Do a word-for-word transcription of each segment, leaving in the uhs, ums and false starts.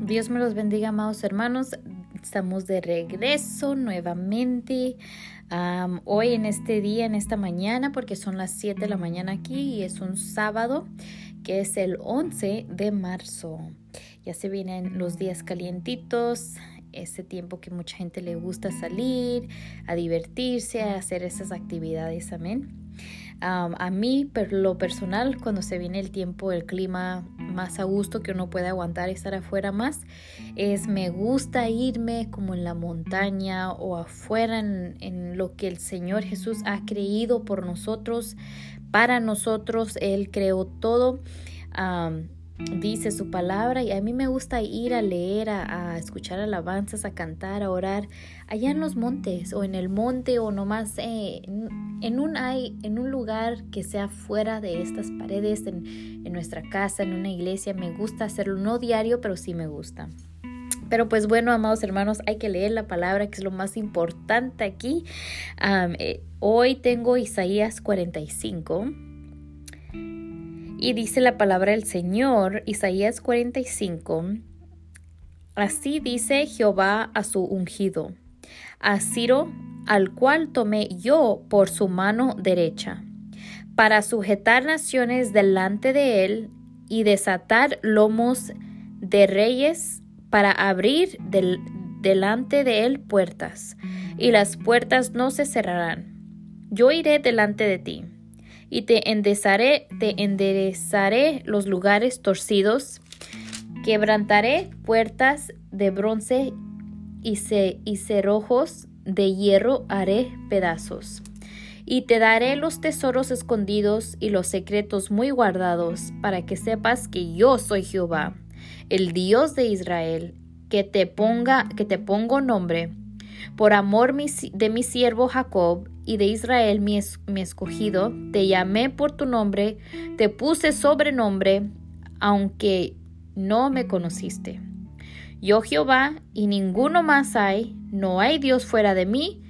Dios me los bendiga, amados hermanos. Estamos de regreso nuevamente um, hoy en este día, en esta mañana, porque son las siete de la mañana aquí y es un sábado que es el once de marzo. Ya se vienen los días calientitos, ese tiempo que mucha gente le gusta salir, a divertirse, a hacer esas actividades, amén. Um, a mí, por lo personal, cuando se viene el tiempo, el clima más a gusto que uno puede aguantar estar afuera más, es me gusta irme como en la montaña o afuera en, en lo que el Señor Jesús ha creído por nosotros, para nosotros. Él creó todo. Um, Dice su palabra y a mí me gusta ir a leer, a, a escuchar alabanzas, a cantar, a orar allá en los montes o en el monte o nomás eh, en, en, un, hay, en un lugar que sea fuera de estas paredes, en, en nuestra casa, en una iglesia. Me gusta hacerlo, no diario, pero sí me gusta. Pero pues bueno, amados hermanos, hay que leer la palabra, que es lo más importante aquí. Um, eh, hoy tengo Isaías cuarenta y cinco. Y dice la palabra del Señor, Isaías cuarenta y cinco, así dice Jehová a su ungido, a Ciro, al cual tomé yo por su mano derecha, para sujetar naciones delante de él y desatar lomos de reyes, para abrir del, delante de él puertas, y las puertas no se cerrarán. Yo iré delante de ti. Y te enderezaré, te enderezaré los lugares torcidos, quebrantaré puertas de bronce y, ce, y cerrojos de hierro haré pedazos. Y te daré los tesoros escondidos y los secretos muy guardados, para que sepas que yo soy Jehová, el Dios de Israel, que te ponga, que te pongo nombre, por amor de mi siervo Jacob, y de Israel mi, es, mi escogido. Te llamé por tu nombre, te puse sobrenombre, aunque no me conociste. Yo Jehová, y ninguno más hay, no hay Dios fuera de mí.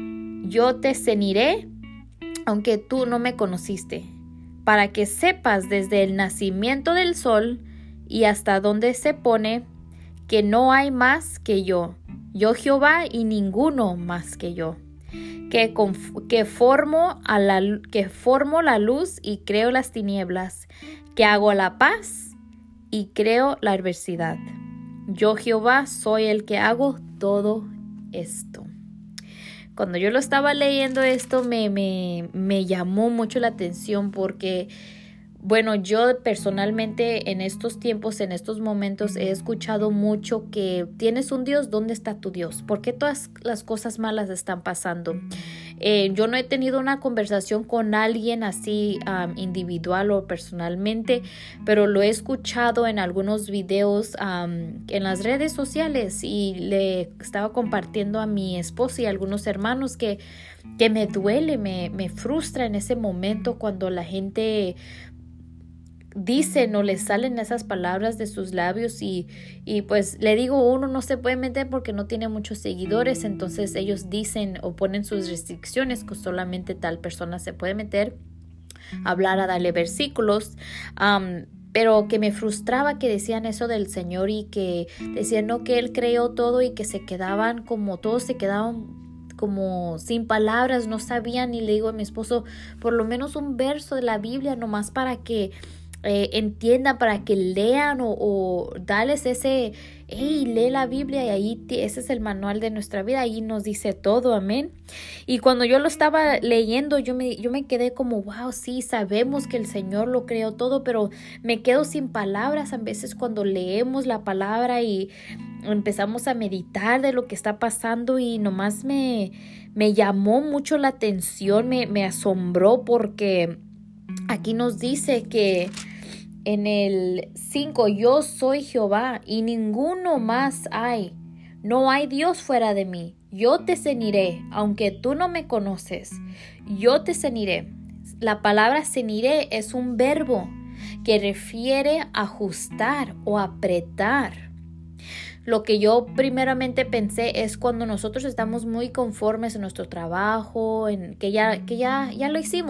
Yo te ceniré, aunque tú no me conociste, para que sepas desde el nacimiento del sol y hasta donde se pone, que no hay más que yo. Yo Jehová, y ninguno más que yo. Que, conf- que, formo a la, que formo la luz y creo las tinieblas, que hago la paz y creo la adversidad. Yo Jehová soy el que hago todo esto. Cuando yo lo estaba leyendo esto me, me, me llamó mucho la atención porque, bueno, yo personalmente en estos tiempos, en estos momentos he escuchado mucho que tienes un Dios, ¿dónde está tu Dios? ¿Por qué todas las cosas malas están pasando? Eh, yo no he tenido una conversación con alguien así um, individual o personalmente, pero lo he escuchado en algunos videos um, en las redes sociales y le estaba compartiendo a mi esposo y a algunos hermanos que, que me duele, me, me frustra en ese momento cuando la gente dicen o les salen esas palabras de sus labios y, y pues le digo, uno no se puede meter porque no tiene muchos seguidores, entonces ellos dicen o ponen sus restricciones que solamente tal persona se puede meter, hablar, a darle versículos, um, pero que me frustraba que decían eso del Señor y que decían no, que Él creó todo y que se quedaban como todos se quedaban como sin palabras, no sabían. Y le digo a mi esposo, por lo menos un verso de la Biblia nomás para que Eh, entiendan, para que lean o, o darles ese, hey, lee la Biblia y ahí te, ese es el manual de nuestra vida, ahí nos dice todo, amén. Y cuando yo lo estaba leyendo, yo me, yo me quedé como, wow, sí, sabemos que el Señor lo creó todo, pero me quedo sin palabras a veces cuando leemos la palabra y empezamos a meditar de lo que está pasando y nomás me, me llamó mucho la atención, me, me asombró porque aquí nos dice que en el cinco, yo soy Jehová y ninguno más hay. No hay Dios fuera de mí. Yo te ceniré, aunque tú no me conoces. Yo te ceniré. La palabra ceniré es un verbo que refiere a ajustar o apretar. Lo que yo primeramente pensé es cuando nosotros estamos muy conformes en nuestro trabajo, en que ya, que ya, ya lo hicimos.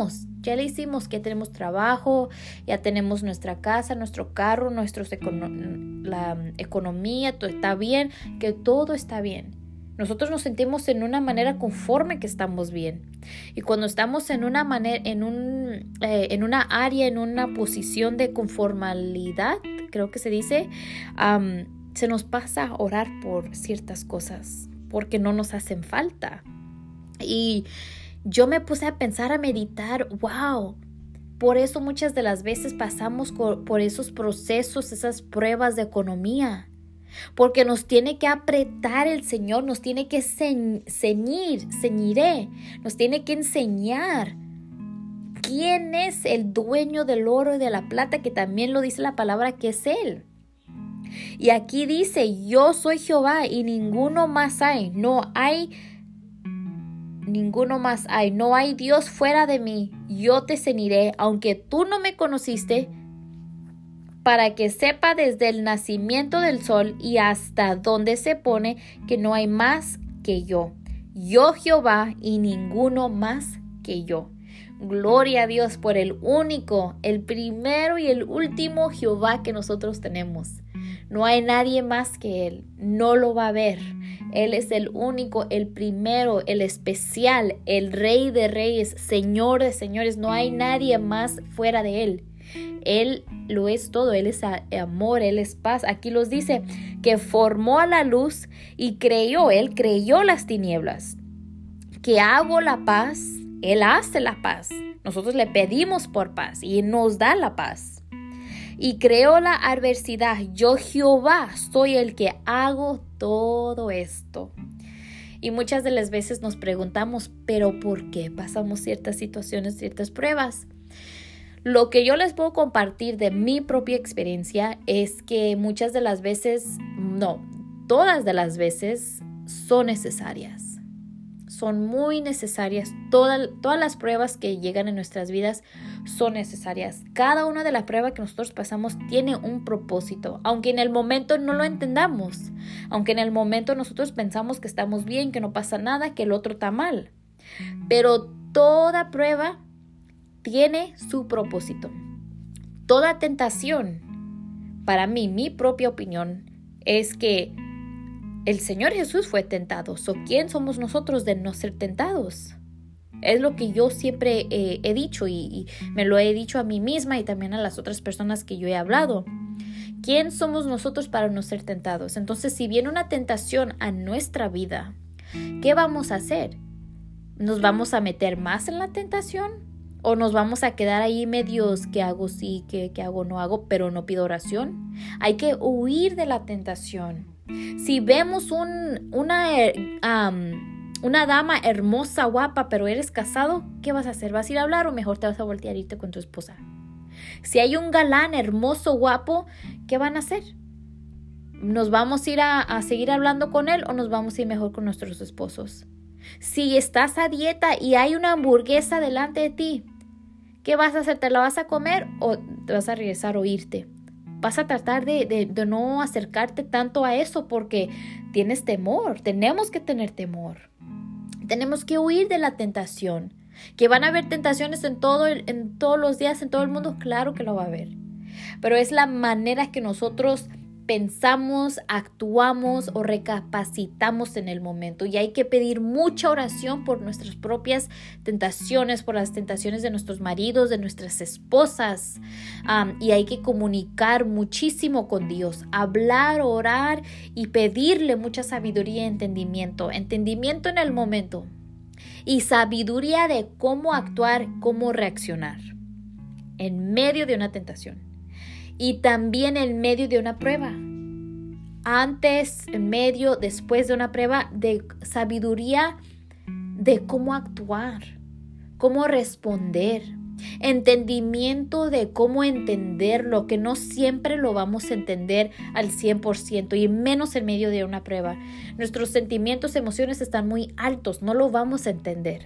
Ya le hicimos, que tenemos trabajo, ya tenemos nuestra casa, nuestro carro, nuestros econo- la economía, todo está bien, que todo está bien. Nosotros nos sentimos en una manera conforme que estamos bien. Y cuando estamos en una manera, en un, eh, en una área, en una posición de conformalidad, creo que se dice, um, se nos pasa a orar por ciertas cosas porque no nos hacen falta. Y yo me puse a pensar, a meditar, wow, por eso muchas de las veces pasamos por esos procesos, esas pruebas de economía. Porque nos tiene que apretar el Señor, nos tiene que ceñir, ceñiré, nos tiene que enseñar quién es el dueño del oro y de la plata, que también lo dice la palabra que es Él. Y aquí dice, yo soy Jehová y ninguno más hay, no hay, ninguno más hay, no hay Dios fuera de mí, yo te ceñiré, aunque tú no me conociste, para que sepa desde el nacimiento del sol y hasta donde se pone que no hay más que yo. Yo Jehová y ninguno más que yo. Gloria a Dios por el único, el primero y el último Jehová que nosotros tenemos. No hay nadie más que Él, no lo va a ver. Él es el único, el primero, el especial, el Rey de reyes, Señor de señores. No hay nadie más fuera de Él. Él lo es todo, Él es amor, Él es paz. Aquí los dice que formó a la luz y creyó, Él creyó las tinieblas. Que hago la paz, Él hace la paz. Nosotros le pedimos por paz y Él nos da la paz. Y creó la adversidad. Yo Jehová soy el que hago todo esto. Y muchas de las veces nos preguntamos, ¿pero por qué pasamos ciertas situaciones, ciertas pruebas? Lo que yo les puedo compartir de mi propia experiencia es que muchas de las veces, no, todas de las veces son necesarias. Son muy necesarias. Toda, todas las pruebas que llegan en nuestras vidas son necesarias. Cada una de las pruebas que nosotros pasamos tiene un propósito, aunque en el momento no lo entendamos. Aunque en el momento nosotros pensamos que estamos bien, que no pasa nada, que el otro está mal. Pero toda prueba tiene su propósito. Toda tentación, para mí, mi propia opinión, es que el Señor Jesús fue tentado. ¿So quién somos nosotros de no ser tentados? Es lo que yo siempre eh, he dicho y, y me lo he dicho a mí misma y también a las otras personas que yo he hablado. ¿Quién somos nosotros para no ser tentados? Entonces, si viene una tentación a nuestra vida, ¿qué vamos a hacer? ¿Nos vamos a meter más en la tentación? ¿O nos vamos a quedar ahí medios que hago sí, que, que hago no hago, pero no pido oración? Hay que huir de la tentación. Si vemos un, una, um, una dama hermosa, guapa, pero eres casado, ¿qué vas a hacer? ¿Vas a ir a hablar o mejor te vas a voltear e irte con tu esposa? Si hay un galán hermoso, guapo, ¿qué van a hacer? ¿Nos vamos a ir a, a seguir hablando con él o nos vamos a ir mejor con nuestros esposos? Si estás a dieta y hay una hamburguesa delante de ti, ¿qué vas a hacer? ¿Te la vas a comer o te vas a regresar o irte? Vas a tratar de, de, de no acercarte tanto a eso porque tienes temor. Tenemos que tener temor. Tenemos que huir de la tentación. ¿Que van a haber tentaciones en, todo, en todos los días, en todo el mundo? Claro que lo va a haber. Pero es la manera que nosotros pensamos, actuamos o recapacitamos en el momento. Y hay que pedir mucha oración por nuestras propias tentaciones, por las tentaciones de nuestros maridos, de nuestras esposas. Um, y hay que comunicar muchísimo con Dios, hablar, orar y pedirle mucha sabiduría y entendimiento. Entendimiento en el momento y sabiduría de cómo actuar, cómo reaccionar en medio de una tentación. Y también en medio de una prueba. Antes, en medio, después de una prueba, de sabiduría de cómo actuar, cómo responder. Entendimiento de cómo entender lo que no siempre lo vamos a entender al cien por ciento y menos en medio de una prueba. Nuestros sentimientos, emociones están muy altos, no lo vamos a entender.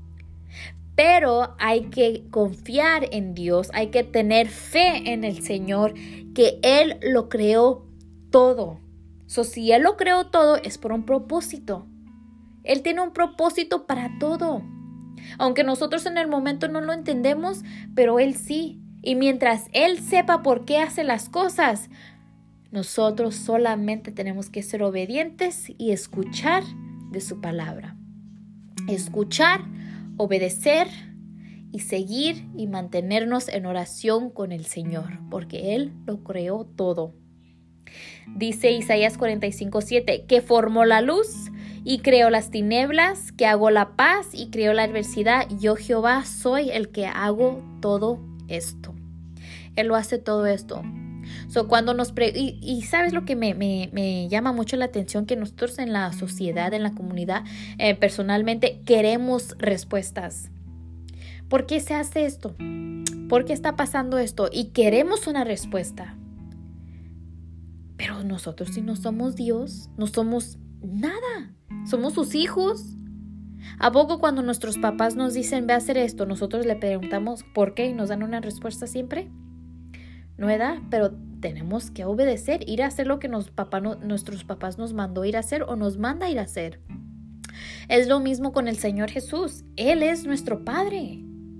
Pero hay que confiar en Dios, hay que tener fe en el Señor, que Él lo creó todo. So, si Él lo creó todo, es por un propósito. Él tiene un propósito para todo. Aunque nosotros en el momento no lo entendemos, pero Él sí. Y mientras Él sepa por qué hace las cosas, nosotros solamente tenemos que ser obedientes y escuchar de su palabra. Escuchar, obedecer y seguir y mantenernos en oración con el Señor, porque Él lo creó todo. Dice Isaías cuarenta y cinco, siete, que formó la luz y creó las tinieblas, que hago la paz y creó la adversidad. Yo, Jehová, soy el que hago todo esto. Él lo hace todo esto. So, cuando nos pre y, y sabes lo que me, me, me llama mucho la atención, que nosotros en la sociedad, en la comunidad, eh, personalmente queremos respuestas. ¿Por qué se hace esto? ¿Por qué está pasando esto? Y queremos una respuesta. Pero nosotros, si no somos Dios, no somos nada. Somos sus hijos. ¿A poco cuando nuestros papás nos dicen ve a hacer esto, nosotros le preguntamos por qué y nos dan una respuesta siempre? No, ¿verdad? Pero tenemos que obedecer, ir a hacer lo que nos, papá, no, nuestros papás nos mandó ir a hacer o nos manda ir a hacer. Es lo mismo con el Señor Jesús. Él es nuestro Padre.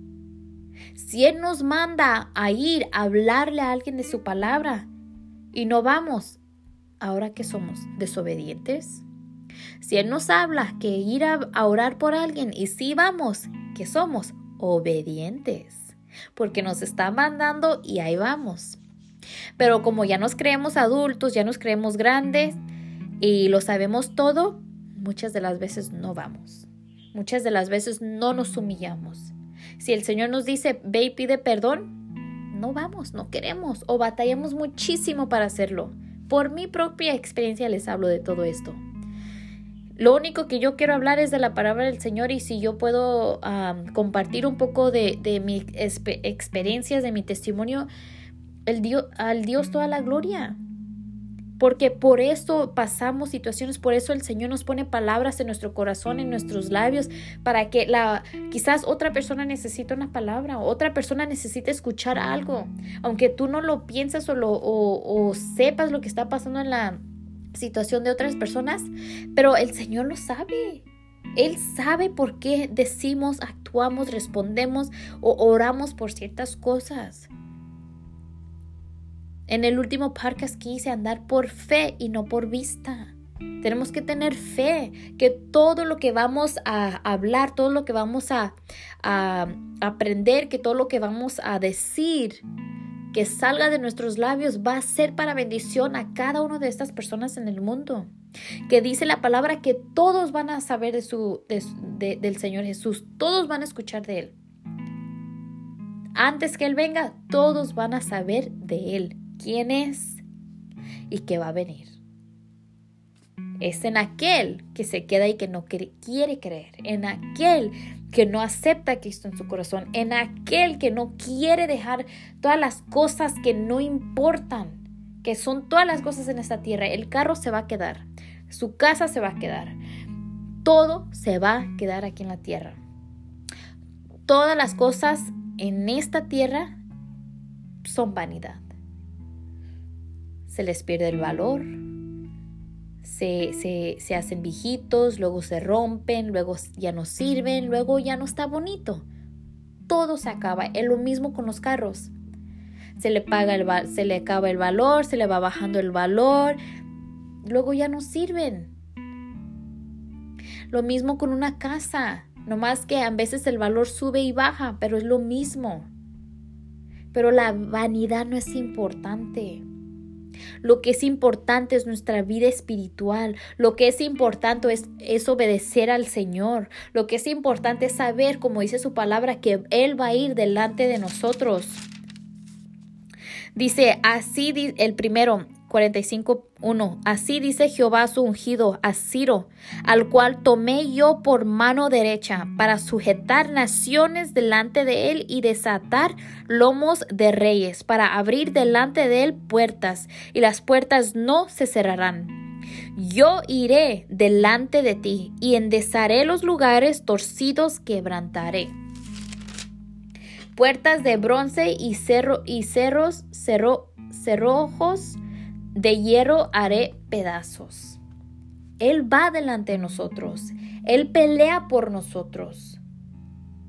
Si Él nos manda a ir a hablarle a alguien de su palabra y no vamos, ¿ahora qué somos? ¿Desobedientes? Si Él nos habla que ir a, a orar por alguien y sí vamos, ¿qué somos? Obedientes. Porque nos está mandando y ahí vamos. Pero como ya nos creemos adultos, ya nos creemos grandes y lo sabemos todo, muchas de las veces no vamos. Muchas de las veces no nos humillamos. Si el Señor nos dice, ve y pide perdón, no vamos, no queremos o batallamos muchísimo para hacerlo. Por mi propia experiencia les hablo de todo esto. Lo único que yo quiero hablar es de la palabra del Señor, y si yo puedo um, compartir un poco de, de mis exp- experiencias, de mi testimonio, el Dios, al Dios toda la gloria. Porque por eso pasamos situaciones, por eso el Señor nos pone palabras en nuestro corazón, en nuestros labios, para que la, quizás otra persona necesita una palabra, otra persona necesita escuchar algo. Aunque tú no lo pienses o, lo, o, o sepas lo que está pasando en la situación de otras personas, pero el Señor lo sabe. Él sabe por qué decimos, actuamos, respondemos o oramos por ciertas cosas. En el último podcast quise andar por fe y no por vista. Tenemos que tener fe que todo lo que vamos a hablar, todo lo que vamos a, a aprender, que todo lo que vamos a decir, que salga de nuestros labios, va a ser para bendición a cada una de estas personas en el mundo. Que dice la palabra que todos van a saber de su, de, de, del Señor Jesús. Todos van a escuchar de Él. Antes que Él venga, todos van a saber de Él. ¿Quién es? Y qué va a venir. Es en aquel que se queda y que no quiere creer. En aquel que no acepta a Cristo en su corazón. En aquel que no quiere dejar todas las cosas que no importan. Que son todas las cosas en esta tierra. El carro se va a quedar. Su casa se va a quedar. Todo se va a quedar aquí en la tierra. Todas las cosas en esta tierra son vanidad. Se les pierde el valor. Se, se, se hacen viejitos, luego se rompen, luego ya no sirven, luego ya no está bonito. Todo se acaba. Es lo mismo con los carros. Se le paga el, se le acaba el valor, se le va bajando el valor, luego ya no sirven. Lo mismo con una casa, nomás que a veces el valor sube y baja, pero es lo mismo. Pero la vanidad no es importante. Lo que es importante es nuestra vida espiritual. Lo que es importante es, es obedecer al Señor. Lo que es importante es saber, como dice su palabra, que Él va a ir delante de nosotros. Dice, así el primero, cuarenta y cinco, uno. Así dice Jehová a su ungido, a Ciro, al cual tomé yo por mano derecha, para sujetar naciones delante de él y desatar lomos de reyes, para abrir delante de él puertas, y las puertas no se cerrarán. Yo iré delante de ti, y enderezaré los lugares torcidos, quebrantaré. Puertas de bronce y, cerro, y cerros, cerro, cerrojos de hierro haré pedazos. Él va delante de nosotros. Él pelea por nosotros.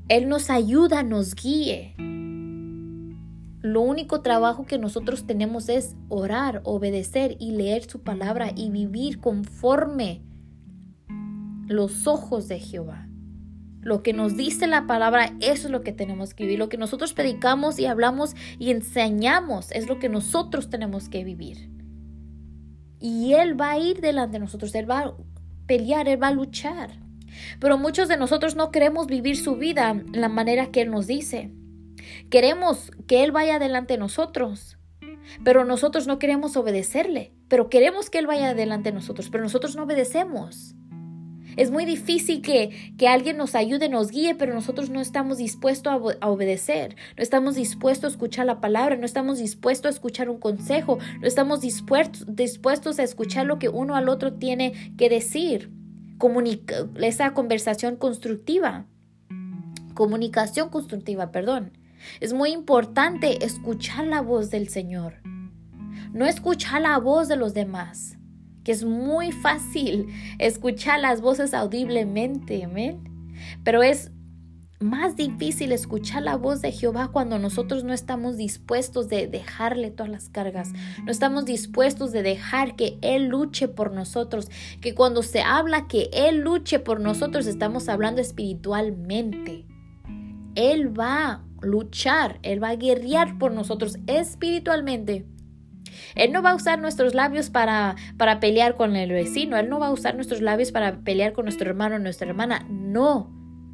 Él nos ayuda, nos guíe. Lo único trabajo que nosotros tenemos es orar, obedecer y leer su palabra y vivir conforme los ojos de Jehová. Lo que nos dice la palabra, eso es lo que tenemos que vivir. Lo que nosotros predicamos y hablamos y enseñamos es lo que nosotros tenemos que vivir. Y Él va a ir delante de nosotros, Él va a pelear, Él va a luchar. Pero muchos de nosotros no queremos vivir su vida en la manera que Él nos dice. Queremos que Él vaya delante de nosotros, pero nosotros no queremos obedecerle. Pero queremos que Él vaya delante de nosotros, pero nosotros no obedecemos. Es muy difícil que, que alguien nos ayude, nos guíe, pero nosotros no estamos dispuestos a, a obedecer. No estamos dispuestos a escuchar la palabra, no estamos dispuestos a escuchar un consejo, no estamos dispuestos, dispuestos a escuchar lo que uno al otro tiene que decir. Comunica, esa conversación constructiva. Comunicación constructiva, perdón. Es muy importante escuchar la voz del Señor. No escuchar la voz de los demás, que es muy fácil escuchar las voces audiblemente, amén. Pero es más difícil escuchar la voz de Jehová cuando nosotros no estamos dispuestos de dejarle todas las cargas. No estamos dispuestos de dejar que Él luche por nosotros. Que cuando se habla que Él luche por nosotros, estamos hablando espiritualmente. Él va a luchar, Él va a guerrear por nosotros espiritualmente. Él no va a usar nuestros labios para, para pelear con el vecino. Él no va a usar nuestros labios para pelear con nuestro hermano o nuestra hermana. No.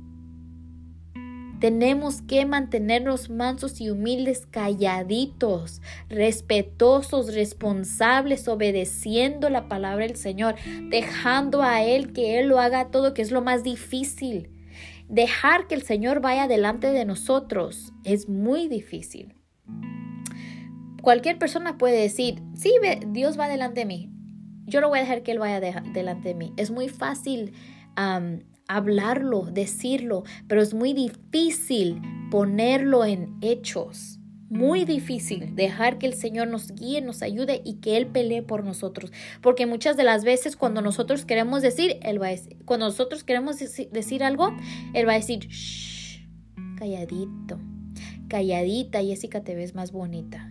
Tenemos que mantenernos mansos y humildes, calladitos, respetuosos, responsables, obedeciendo la palabra del Señor, dejando a Él que Él lo haga todo, que es lo más difícil. Dejar que el Señor vaya delante de nosotros es muy difícil. Cualquier persona puede decir, sí, Dios va delante de mí. Yo no voy a dejar que Él vaya de, delante de mí. Es muy fácil um, hablarlo, decirlo, pero es muy difícil ponerlo en hechos. Muy difícil dejar que el Señor nos guíe, nos ayude y que Él pelee por nosotros. Porque muchas de las veces cuando nosotros queremos decir, Él va a decir, cuando nosotros queremos decir algo, Él va a decir, shh, calladito, calladita, Jessica, te ves más bonita.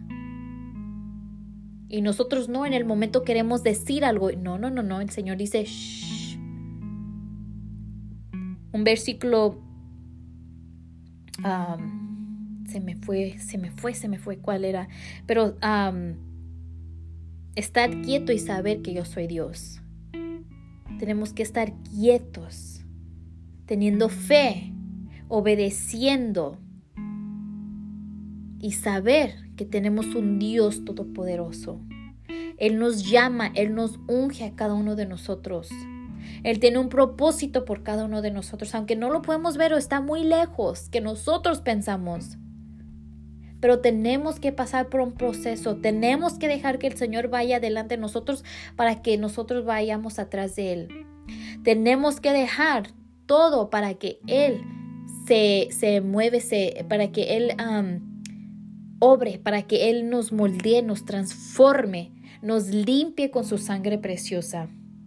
Y nosotros no, en el momento queremos decir algo. No, no, no, no, el Señor dice, shh. Un versículo... Um, Se me fue, se me fue, se me fue cuál era. Pero um, estar quieto y saber que yo soy Dios. Tenemos que estar quietos, teniendo fe, obedeciendo y saber que tenemos un Dios todopoderoso. Él nos llama, Él nos unge a cada uno de nosotros. Él tiene un propósito por cada uno de nosotros, aunque no lo podemos ver o está muy lejos que nosotros pensamos. Pero tenemos que pasar por un proceso. Tenemos que dejar que el Señor vaya delante de nosotros para que nosotros vayamos atrás de Él. Tenemos que dejar todo para que Él se, se mueve, se, para que Él um, obre, para que Él nos moldee, nos transforme, nos limpie con su sangre preciosa.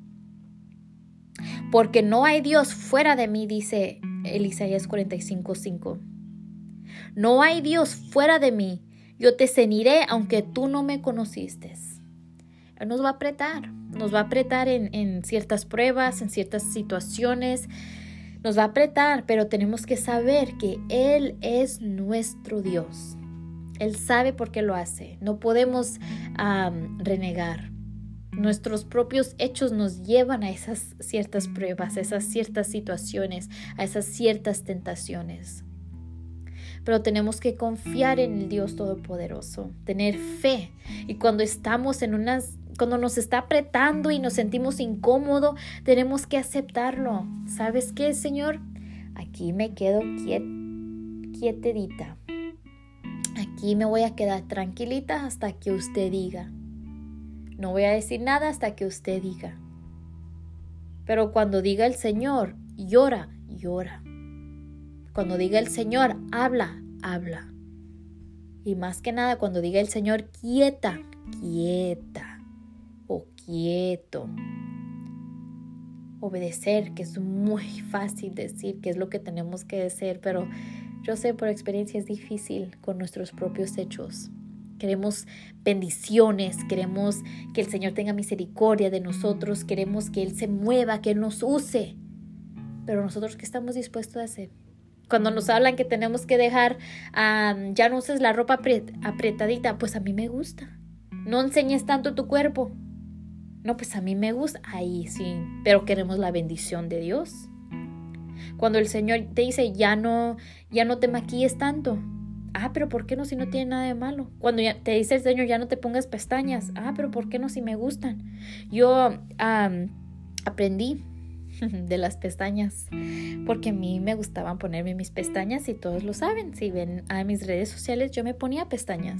Porque no hay Dios fuera de mí, dice el Isaías cuarenta y cinco, cinco. No hay Dios fuera de mí. Yo te ceñiré aunque tú no me conociste. Él nos va a apretar. Nos va a apretar en, en ciertas pruebas, en ciertas situaciones. Nos va a apretar, pero tenemos que saber que Él es nuestro Dios. Él sabe por qué lo hace. No podemos um, renegar. Nuestros propios hechos nos llevan a esas ciertas pruebas, a esas ciertas situaciones, a esas ciertas tentaciones. Pero tenemos que confiar en el Dios Todopoderoso, tener fe. Y cuando estamos en unas, cuando nos está apretando y nos sentimos incómodos, tenemos que aceptarlo. ¿Sabes qué, Señor? Aquí me quedo quiet, quietedita. Aquí me voy a quedar tranquilita hasta que usted diga. No voy a decir nada hasta que usted diga. Pero cuando diga el Señor, llora, llora. Cuando diga el Señor, habla, habla. Y más que nada, cuando diga el Señor, quieta, quieta o quieto obedecer, que es muy fácil decir que es lo que tenemos que hacer, pero yo sé por experiencia es difícil con nuestros propios hechos. Queremos bendiciones, queremos que el Señor tenga misericordia de nosotros, queremos que Él se mueva, que Él nos use. Pero nosotros, ¿qué estamos dispuestos a hacer? Cuando nos hablan que tenemos que dejar, um, ya no uses la ropa apretadita, pues a mí me gusta. No enseñes tanto tu cuerpo. No, pues a mí me gusta. Ahí sí, pero queremos la bendición de Dios. Cuando el Señor te dice, ya no, ya no te maquilles tanto. Ah, pero ¿por qué no si no tiene nada de malo? Cuando ya te dice el Señor, ya no te pongas pestañas. Ah, pero ¿por qué no si me gustan? Yo um, aprendí de las pestañas, porque a mí me gustaban ponerme mis pestañas y todos lo saben. Si ven a mis redes sociales, yo me ponía pestañas.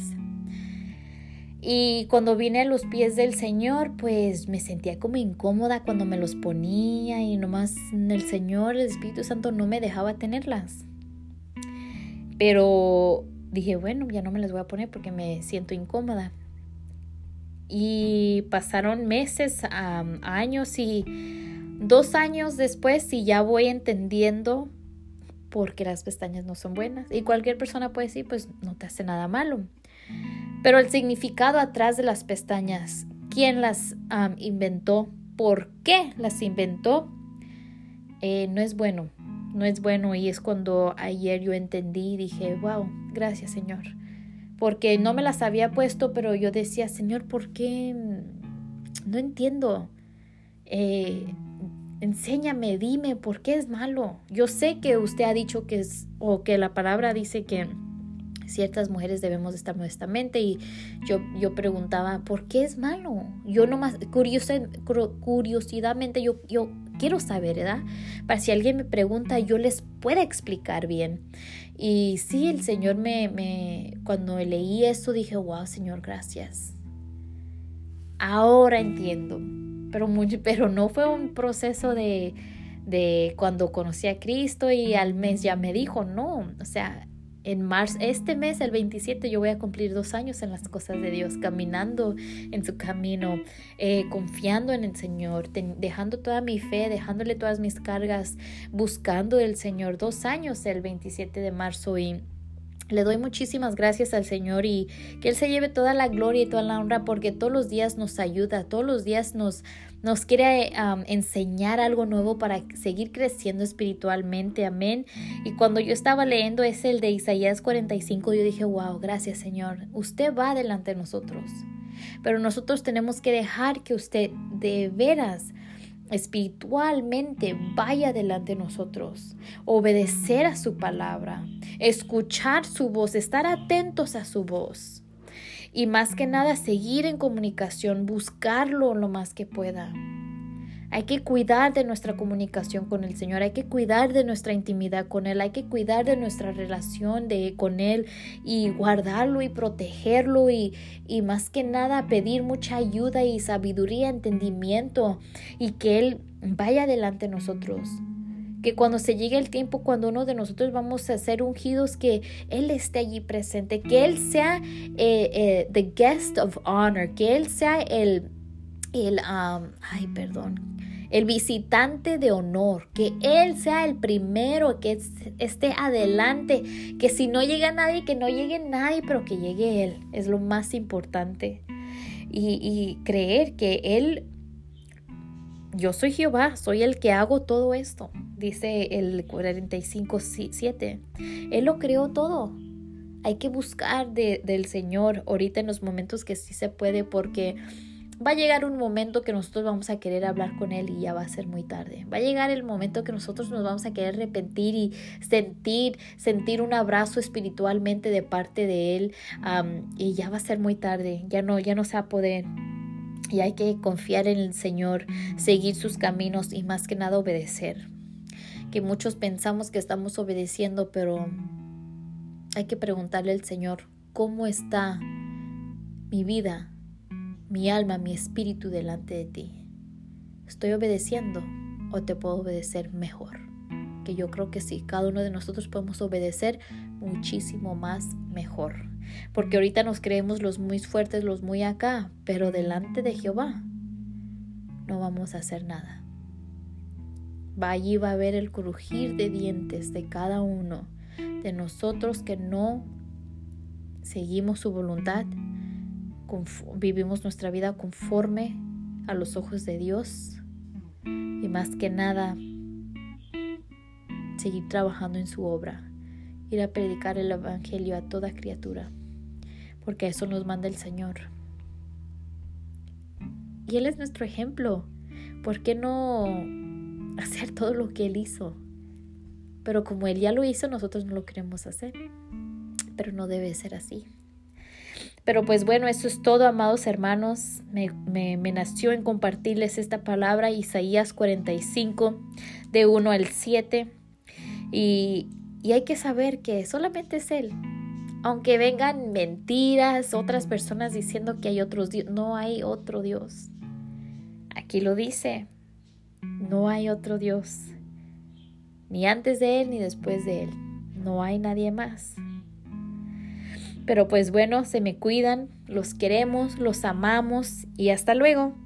Y cuando vine a los pies del Señor, pues me sentía como incómoda cuando me los ponía y nomás el Señor, el Espíritu Santo no me dejaba tenerlas. Pero dije, bueno, ya no me las voy a poner porque me siento incómoda. Y pasaron meses, um, años y dos años después y ya voy entendiendo por qué las pestañas no son buenas. Y cualquier persona puede decir, pues no te hace nada malo. Pero el significado atrás de las pestañas, quién las um, inventó, por qué las inventó, eh, no es bueno. No es bueno, y es cuando ayer yo entendí y dije, wow, gracias Señor. Porque no me las había puesto, pero yo decía, Señor, ¿por qué? No entiendo. Eh, enséñame, dime, ¿por qué es malo? Yo sé que usted ha dicho que es, o que la palabra dice que ciertas mujeres debemos estar modestamente, y yo, yo preguntaba, ¿por qué es malo? Yo nomás, curiosa, curiosidadmente, yo, yo quiero saber, ¿verdad? Para si alguien me pregunta, yo les pueda explicar bien. Y sí, el Señor me, me cuando leí eso, dije, wow, Señor, gracias. Ahora entiendo. Pero, muy, pero no fue un proceso de, de cuando conocí a Cristo y al mes ya me dijo, no, o sea, en marzo, este mes, el veintisiete, yo voy a cumplir dos años en las cosas de Dios, caminando en su camino, eh, confiando en el Señor, ten, dejando toda mi fe, dejándole todas mis cargas, buscando el Señor. Dos años el veintisiete de marzo, y le doy muchísimas gracias al Señor, y que Él se lleve toda la gloria y toda la honra, porque todos los días nos ayuda, todos los días nos, nos quiere um, enseñar algo nuevo para seguir creciendo espiritualmente. Amén. Y cuando yo estaba leyendo ese, el de Isaías cuarenta y cinco, yo dije, wow, gracias Señor, usted va delante de nosotros, pero nosotros tenemos que dejar que usted de veras espiritualmente vaya delante de nosotros, obedecer a su palabra, escuchar su voz, estar atentos a su voz, y más que nada seguir en comunicación, buscarlo lo más que pueda. Hay que cuidar de nuestra comunicación con el Señor, hay que cuidar de nuestra intimidad con Él, hay que cuidar de nuestra relación de, con Él, y guardarlo y protegerlo, y, y más que nada pedir mucha ayuda y sabiduría, entendimiento, y que Él vaya delante de nosotros. Que cuando se llegue el tiempo, cuando uno de nosotros vamos a ser ungidos, que Él esté allí presente, que Él sea eh, eh, the guest of honor, que Él sea el, el um, ay, perdón, el visitante de honor, que Él sea el primero, que esté adelante, que si no llega nadie, que no llegue nadie, pero que llegue Él, es lo más importante. Y, y creer que Él, yo soy Jehová, soy el que hago todo esto, dice el cuarenta y cinco siete. Él lo creó todo. Hay que buscar de, del Señor ahorita en los momentos que sí se puede, porque va a llegar un momento que nosotros vamos a querer hablar con Él y ya va a ser muy tarde. Va a llegar el momento que nosotros nos vamos a querer arrepentir y sentir, sentir un abrazo espiritualmente de parte de Él, um, y ya va a ser muy tarde. Ya no, ya no se va a poder. Y hay que confiar en el Señor, seguir sus caminos y más que nada obedecer. Que muchos pensamos que estamos obedeciendo, pero hay que preguntarle al Señor, ¿cómo está mi vida, mi alma, mi espíritu delante de ti? ¿Estoy obedeciendo o te puedo obedecer mejor? Que yo creo que sí, cada uno de nosotros podemos obedecer muchísimo más mejor. Porque ahorita nos creemos los muy fuertes, los muy acá, pero delante de Jehová no vamos a hacer nada. Va allí va a haber el crujir de dientes de cada uno de nosotros que no seguimos su voluntad, vivimos nuestra vida conforme a los ojos de Dios y más que nada seguir trabajando en su obra, ir a predicar el evangelio a toda criatura, porque eso nos manda el Señor. Y Él es nuestro ejemplo. ¿Por qué no hacer todo lo que Él hizo? Pero como Él ya lo hizo, nosotros no lo queremos hacer. Pero no debe ser así. Pero pues bueno, eso es todo, amados hermanos. Me, me, me nació en compartirles esta palabra, Isaías cuarenta y cinco, de uno al siete. Y, y hay que saber que solamente es Él. Aunque vengan mentiras, otras personas diciendo que hay otros dioses, no hay otro Dios. Aquí lo dice, no hay otro Dios, ni antes de Él ni después de Él, no hay nadie más. Pero pues bueno, se me cuidan, los queremos, los amamos y hasta luego.